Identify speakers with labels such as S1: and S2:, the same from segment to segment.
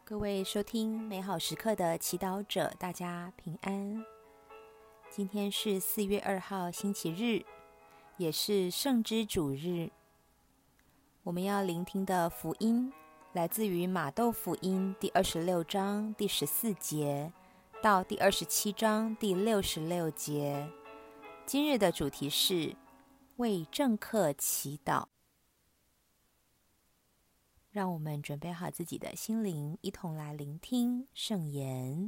S1: 各位收听美好时刻的祈祷者，大家平安。今天是4月2号星期日，也是圣之主日。我们要聆听的福音来自于马窦福音第26章第14节到第27章第66节。今日的主题是为政客祈祷。让我们准备好自己的心灵，一同来聆听圣言。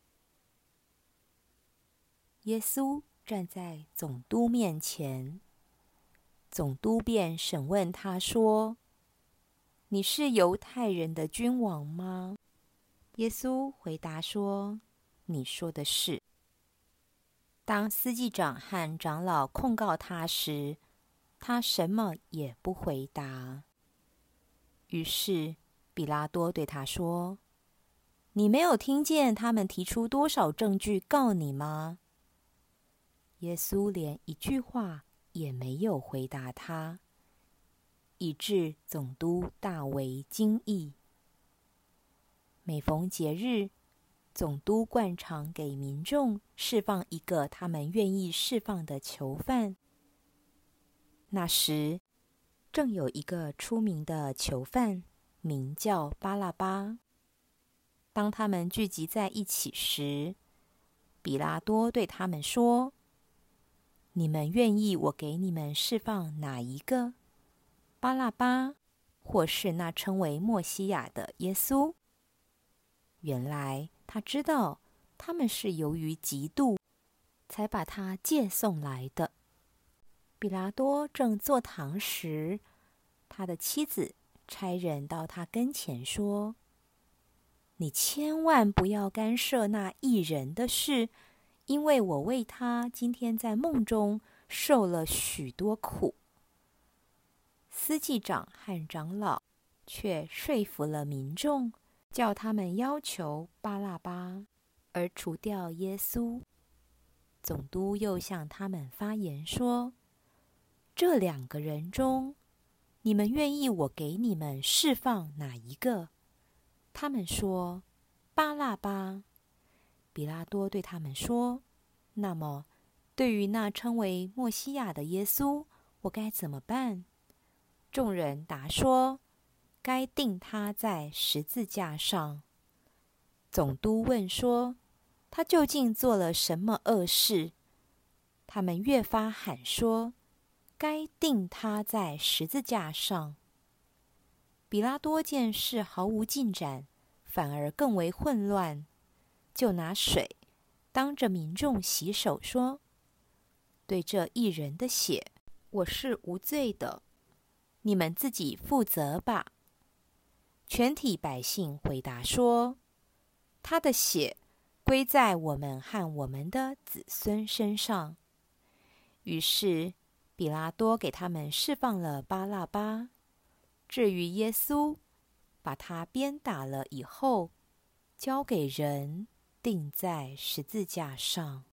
S1: 耶稣站在总督面前，总督便审问他说：“你是犹太人的君王吗？”耶稣回答说：“你说的是。”当司祭长和长老控告他时，他什么也不回答。于是比拉多对他说：“你没有听见他们提出多少证据告你吗？”耶稣连一句话也没有回答他，以致总督大为惊异。每逢节日，总督惯常给民众释放一个他们愿意释放的囚犯。那时，正有一个出名的囚犯，名叫巴拉巴。当他们聚集在一起时，比拉多对他们说：“你们愿意我给你们释放哪一个？巴拉巴，或是那称为默西亚的耶稣？”原来他知道他们是由于嫉妒，才把他借送来的。比拉多正坐堂时，他的妻子差人到他跟前说：“你千万不要干涉那义人的事，因为我为他今天在梦中受了许多苦。”司祭长和长老却说服了民众，叫他们要求巴拉巴，而除掉耶稣。总督又向他们发言说：“这2个人中，你们愿意我给你们释放哪一个？”他们说：“巴拉巴。”比拉多对他们说：“那么，对于那称为默西亚的耶稣，我该怎么办？”众人答说：“该钉他在十字架上。”总督问说：“他究竟做了什么恶事？”他们越发喊说：“该钉他在十字架上。”比拉多见事毫无进展，反而更为混乱，就拿水当着民众洗手，说：“对这义人的血，我是无罪的，你们自己负责吧。”全体百姓回答说：“他的血归在我们和我们的子孙身上。”于是比拉多给他们释放了巴拉巴。至于耶稣，把他鞭打了以后，交给人钉在十字架上。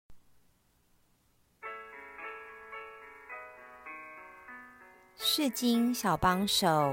S1: 释经小帮手。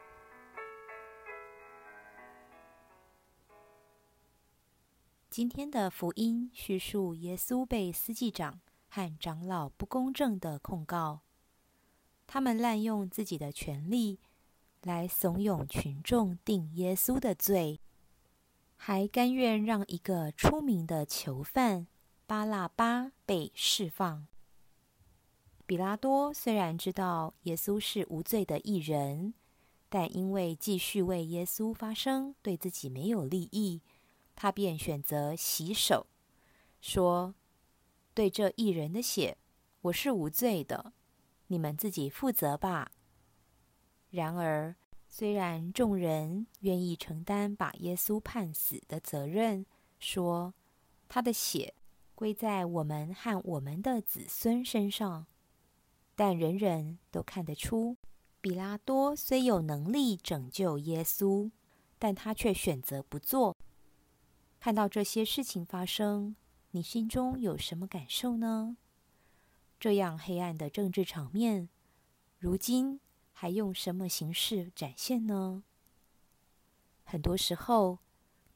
S1: 今天的福音叙述耶稣被司祭长和长老不公正的控告，他们滥用自己的权力来怂恿群众定耶稣的罪，还甘愿让一个出名的囚犯巴拉巴被释放。比拉多虽然知道耶稣是无罪的义人，但因为继续为耶稣发声对自己没有利益，他便选择洗手，说：“对这义人的血，我是无罪的，你们自己负责吧。”然而，虽然众人愿意承担把耶稣判死的责任，说他的血归在我们和我们的子孙身上，但人人都看得出，比拉多虽有能力拯救耶稣，但他却选择不做。看到这些事情发生，你心中有什么感受呢？这样黑暗的政治场面，如今还用什么形式展现呢？很多时候，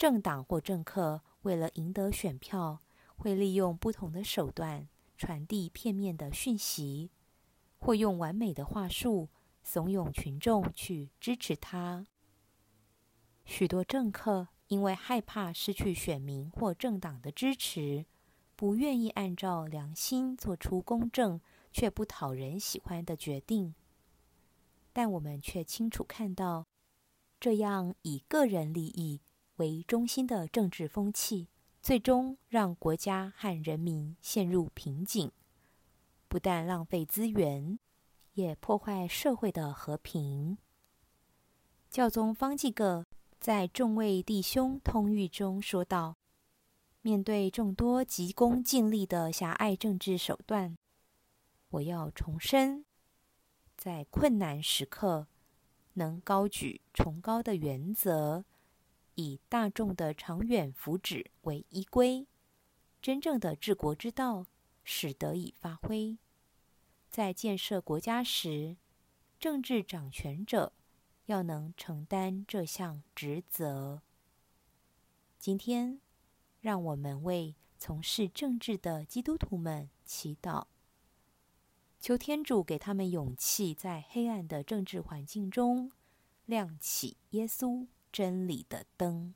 S1: 政党或政客为了赢得选票，会利用不同的手段传递片面的讯息，或用完美的话术怂恿群众去支持他。许多政客因为害怕失去选民或政党的支持，不愿意按照良心做出公正却不讨人喜欢的决定。但我们却清楚看到，这样以个人利益为中心的政治风气，最终让国家和人民陷入瓶颈，不但浪费资源，也破坏社会的和平。教宗方济各在众位弟兄通谕中说道：面对众多急功近利的狭隘政治手段，我要重申，在困难时刻能高举崇高的原则，以大众的长远福祉为依归，真正的治国之道使得以发挥。在建设国家时，政治掌权者要能承担这项职责。今天，让我们为从事政治的基督徒们祈祷，求天主给他们勇气，在黑暗的政治环境中亮起耶稣真理的灯。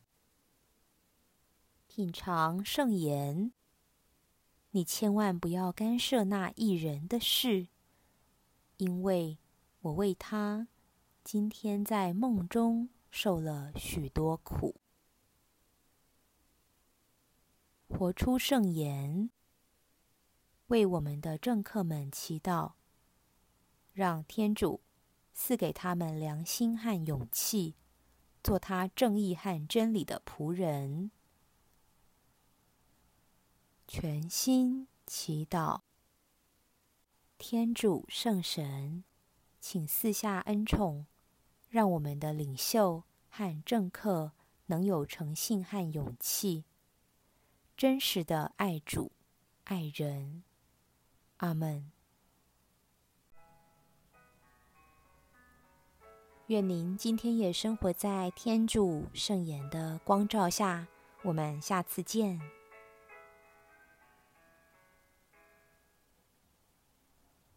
S1: 品尝圣言，你千万不要干涉那一人的事，因为我为他今天在梦中受了许多苦。活出圣言，为我们的政客们祈祷，让天主赐给他们良心和勇气，做他正义和真理的仆人。全心祈祷。天主圣神，请赐下恩宠，让我们的领袖和政客能有诚信和勇气，真实的爱主、爱人。阿们。愿您今天也生活在天主圣言的光照下，我们下次见。